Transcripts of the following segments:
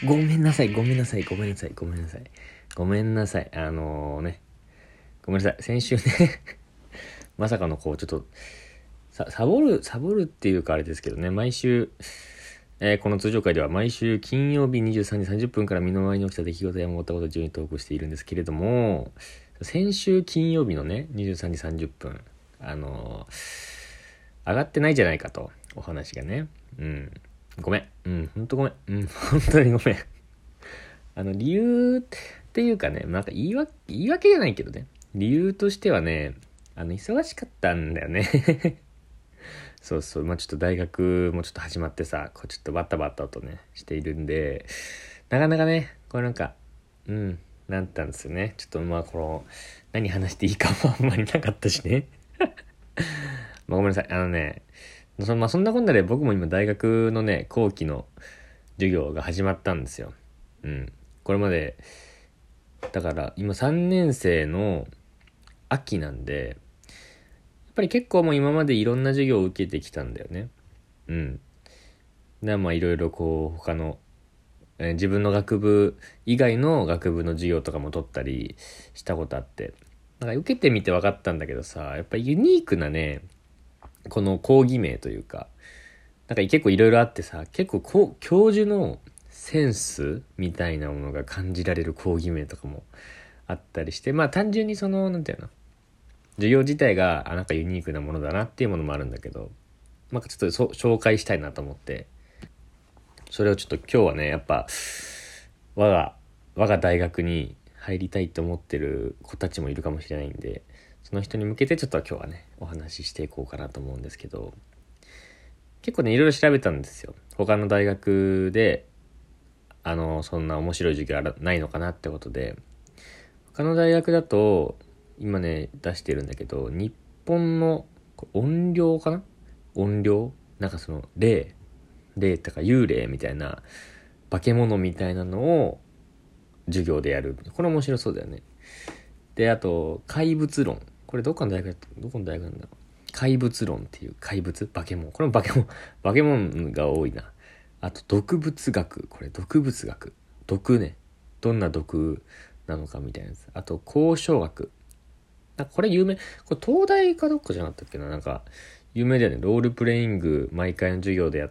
ごめんなさい。ごめんなさい。ごめんなさい。ごめんなさい。ごめんなさい。ごめんなさい。先週ねまさかのちょっと、サボるっていうかあれですけどね、毎週、この通常回では毎週金曜日23時30分から身の回りに起きた出来事や思ったことを順に投稿しているんですけれども、先週金曜日のね、23時30分、上がってないじゃないかと、お話がね。ごめん。ほんとごめん。本当にごめん。理由っていうかね、なんか言い訳じゃないけどね、理由としてはね、忙しかったんだよねそうそう、ちょっと大学もちょっと始まってさ、ちょっとバタバタとね、しているんで、なかなかね、なったんですよね。ちょっと何話していいかもあんまりなかったしねごめんなさい。そんなこんなで僕も今大学のね、後期の授業が始まったんですよ。これまで、だから今3年生の秋なんで、やっぱり結構もう今までいろんな授業を受けてきたんだよね。いろいろ他の、自分の学部以外の学部の授業とかも取ったりしたことあって、なんか受けてみて分かったんだけどさ、やっぱりユニークなね、この講義名というか、なんか結構いろいろあってさ、結構教授のセンスみたいなものが感じられる講義名とかもあったりして、単純になんていうの、授業自体がなんかユニークなものだなっていうものもあるんだけど、ちょっと紹介したいなと思って、それをちょっと今日はね、やっぱ我が大学に入りたいと思ってる子たちもいるかもしれないんで、その人に向けてちょっと今日はね、お話ししていこうかなと思うんですけど、結構ね、いろいろ調べたんですよ。他の大学でそんな面白い授業ないのかなってことで、他の大学だと今ね出してるんだけど、日本の音量かな、音量なんか霊とか幽霊みたいな化け物みたいなのを授業でやる。これ面白そうだよね。で、あと怪物論、これどこの大学なんだろう。怪物論っていう怪物化け物、これも化け物が多いな。あと毒物学、これ毒物学、毒ね、どんな毒なのかみたいなやつ。あと交渉学、これ有名、これ東大かどっかじゃなかったっけな、なんか有名だよね。ロールプレイング毎回の授業でやって、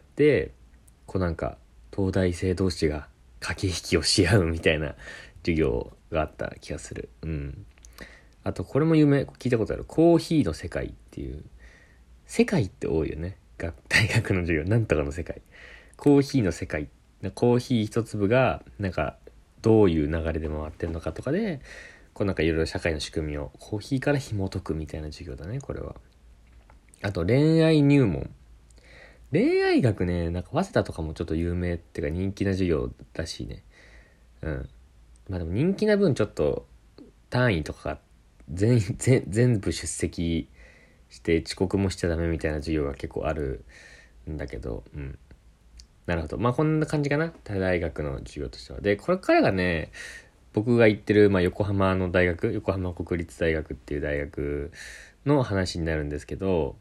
なんか東大生同士が駆け引きをし合うみたいな授業があった気がする。あとこれも有名、聞いたことある、コーヒーの世界っていう、世界って多いよね、大学の授業。なんとかの世界、コーヒーの世界、コーヒー一粒がなんかどういう流れで回ってるのかとかで、なんかいろいろ社会の仕組みをコーヒーから紐解くみたいな授業だね、これは。あと恋愛入門、恋愛学ね、なんか早稲田とかもちょっと有名っていうか人気な授業らしいね。でも人気な分ちょっと単位とかが全部出席して遅刻もしちゃダメみたいな授業が結構あるんだけど、なるほど。こんな感じかな、他大学の授業としては。で、これからがね、僕が行ってる、横浜の大学、横浜国立大学っていう大学の話になるんですけど、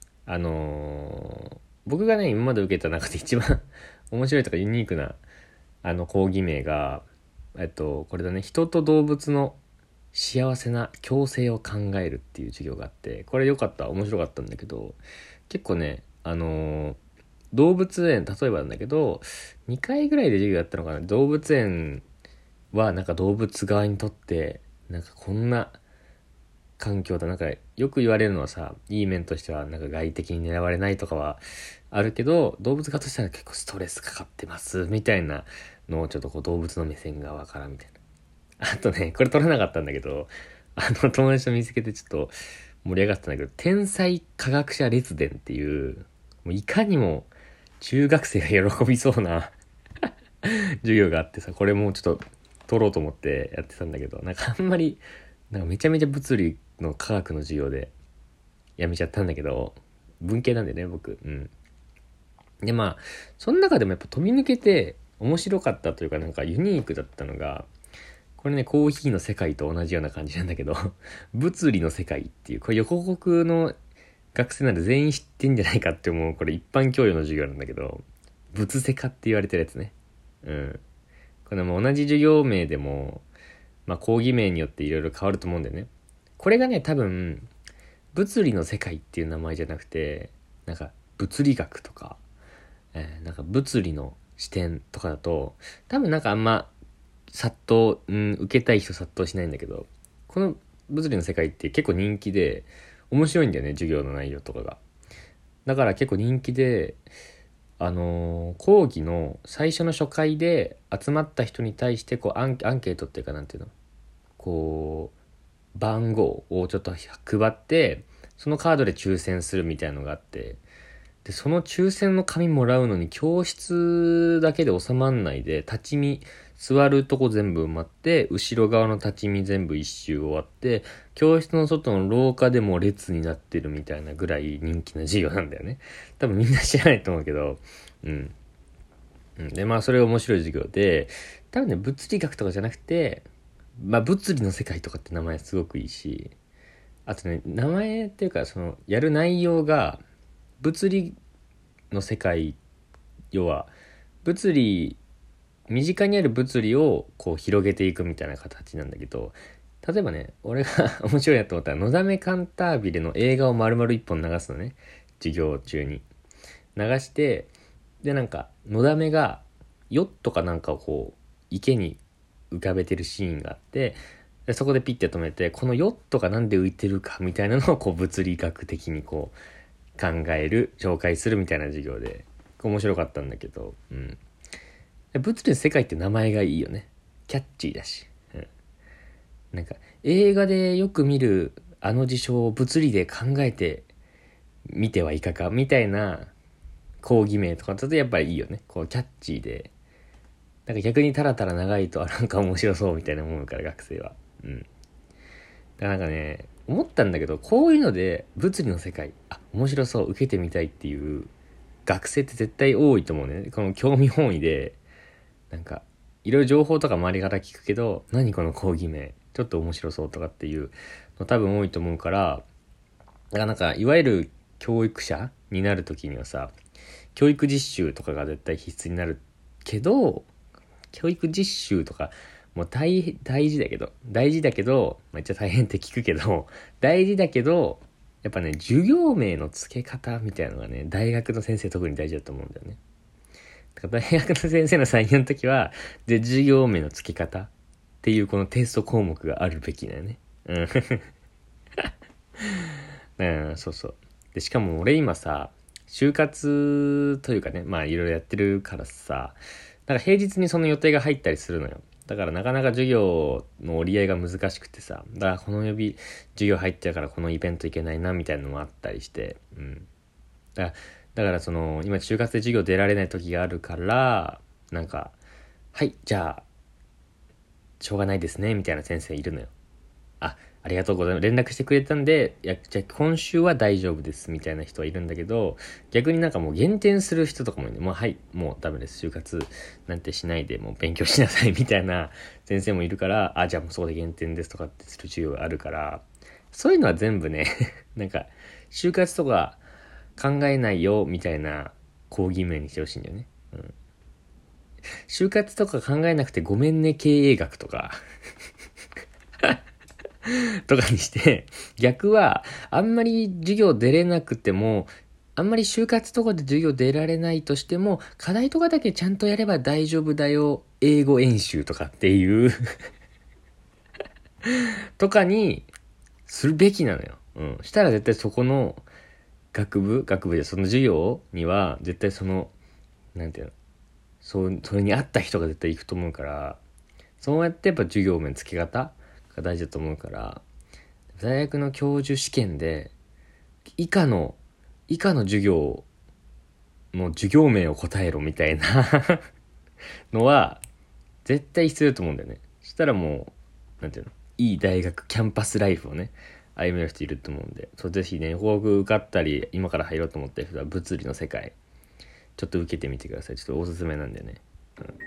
僕がね今まで受けた中で一番面白いとかユニークな講義名が、これだね、人と動物の幸せな共生を考えるっていう授業があって、これ良かった、面白かったんだけど、結構ね、動物園、例えばなんだけど、2回ぐらいで授業やったのかな。動物園はなんか動物側にとってなんかこんな環境だ、なんかよく言われるのはさ、いい面としてはなんか外敵に狙われないとかはあるけど、動物側としては結構ストレスかかってますみたいなのをちょっと動物の目線側からみたいな。あとね、これ取れなかったんだけど、友達と見つけてちょっと盛り上がったんだけど、天才科学者列伝っていう、もういかにも中学生が喜びそうな授業があってさ、これもうちょっと取ろうと思ってやってたんだけど、なんかあんまり、なんかめちゃめちゃ物理の科学の授業でやめちゃったんだけど、文系なんでね、僕。で、その中でもやっぱ飛び抜けて面白かったというか、なんかユニークだったのが、これね、コーヒーの世界と同じような感じなんだけど、物理の世界っていう、これ横国の学生なんで全員知ってんじゃないかって思う、これ一般教養の授業なんだけど、物世界って言われてるやつね。 これも同じ授業名でも、講義名によっていろいろ変わると思うんだよね。これがね、多分、物理の世界っていう名前じゃなくて、なんか物理学とか、なんか物理の視点とかだと、多分なんかあんま受けたい人殺到しないんだけど、この物理の世界って結構人気で、面白いんだよね、授業の内容とかが。だから結構人気で、講義の最初の初回で集まった人に対してこうアンケートっていうかなんていうの、こう番号をちょっと配って、そのカードで抽選するみたいなのがあって、でその抽選の紙もらうのに教室だけで収まんないで、立ち見座るとこ全部埋まって、後ろ側の立ち見全部一周終わって、教室の外の廊下でも列になってるみたいなぐらい人気な授業なんだよね。多分みんな知らないと思うけど、でそれが面白い授業で、多分ね物理学とかじゃなくて、物理の世界とかって名前すごくいいし、あとね名前っていうかそのやる内容が物理の世界、要は物理、身近にある物理をこう広げていくみたいな形なんだけど、例えばね、俺が面白いなと思ったら、のだめカンタービレの映画を丸々一本流すのね、授業中に流して、でなんかのだめがヨットかなんかをこう池に浮かべてるシーンがあって、でそこでピッて止めて、このヨットがなんで浮いてるかみたいなのをこう物理学的にこう考える、紹介するみたいな授業で面白かったんだけど、物理の世界って名前がいいよね。キャッチーだし、なんか映画でよく見るあの事象を物理で考えてみてはいかがみたいな講義名とかだとやっぱりいいよね。こうキャッチーで、なんか逆にタラタラ長いとなんか面白そうみたいな思うから、学生は。だからなんかね、思ったんだけど、こういうので物理の世界面白そう、受けてみたいっていう学生って絶対多いと思うね。この興味本位でなんかいろいろ情報とか周りから聞くけど、何この講義名ちょっと面白そうとかっていうの多分多いと思うから、だからなんかいわゆる教育者になるときにはさ、教育実習とかが絶対必須になるけど、教育実習とかもう大事だけど、めっちゃ大変って聞くけど、大事だけど、やっぱね、授業名の付け方みたいなのがね、大学の先生特に大事だと思うんだよね。だから大学の先生の採用の時は、で、授業名の付け方っていうこのテスト項目があるべきだよね。そうそう。で、しかも俺今さ、就活というかね、いろいろやってるからさ、なんか平日にその予定が入ったりするのよ。だからなかなか授業の折り合いが難しくてさ、だからこの授業入っちゃうからこのイベント行けないなみたいなのもあったりして、だからその今就活で授業出られない時があるから、なんかはいじゃあしょうがないですねみたいな先生いるのよ。ありがとうございます、連絡してくれたんで、じゃあ今週は大丈夫ですみたいな人はいるんだけど、逆になんかもう減点する人とかもいるね。もうダメです、就活なんてしないでもう勉強しなさいみたいな先生もいるから、じゃあもうそこで減点ですとかってする授業があるから、そういうのは全部ねなんか就活とか考えないよみたいな講義名にしてほしいんだよね。就活とか考えなくてごめんね経営学とかとかにして、逆はあんまり授業出れなくても、あんまり就活とかで授業出られないとしても、課題とかだけちゃんとやれば大丈夫だよ英語演習とかっていうとかにするべきなのよ。したら絶対そこの学部でその授業には絶対そのなんていうの、それに合った人が絶対行くと思うから、そうやってやっぱ授業面付け方が大事だと思うから、大学の教授試験で以下の授業の授業名を答えろみたいなのは絶対必要だと思うんだよね。そしたらもうなんていうの、いい大学キャンパスライフをね歩める人いると思うんで、ぜひね、法学受かったり今から入ろうと思ってる人は物理の世界ちょっと受けてみてください。ちょっとおすすめなんでね。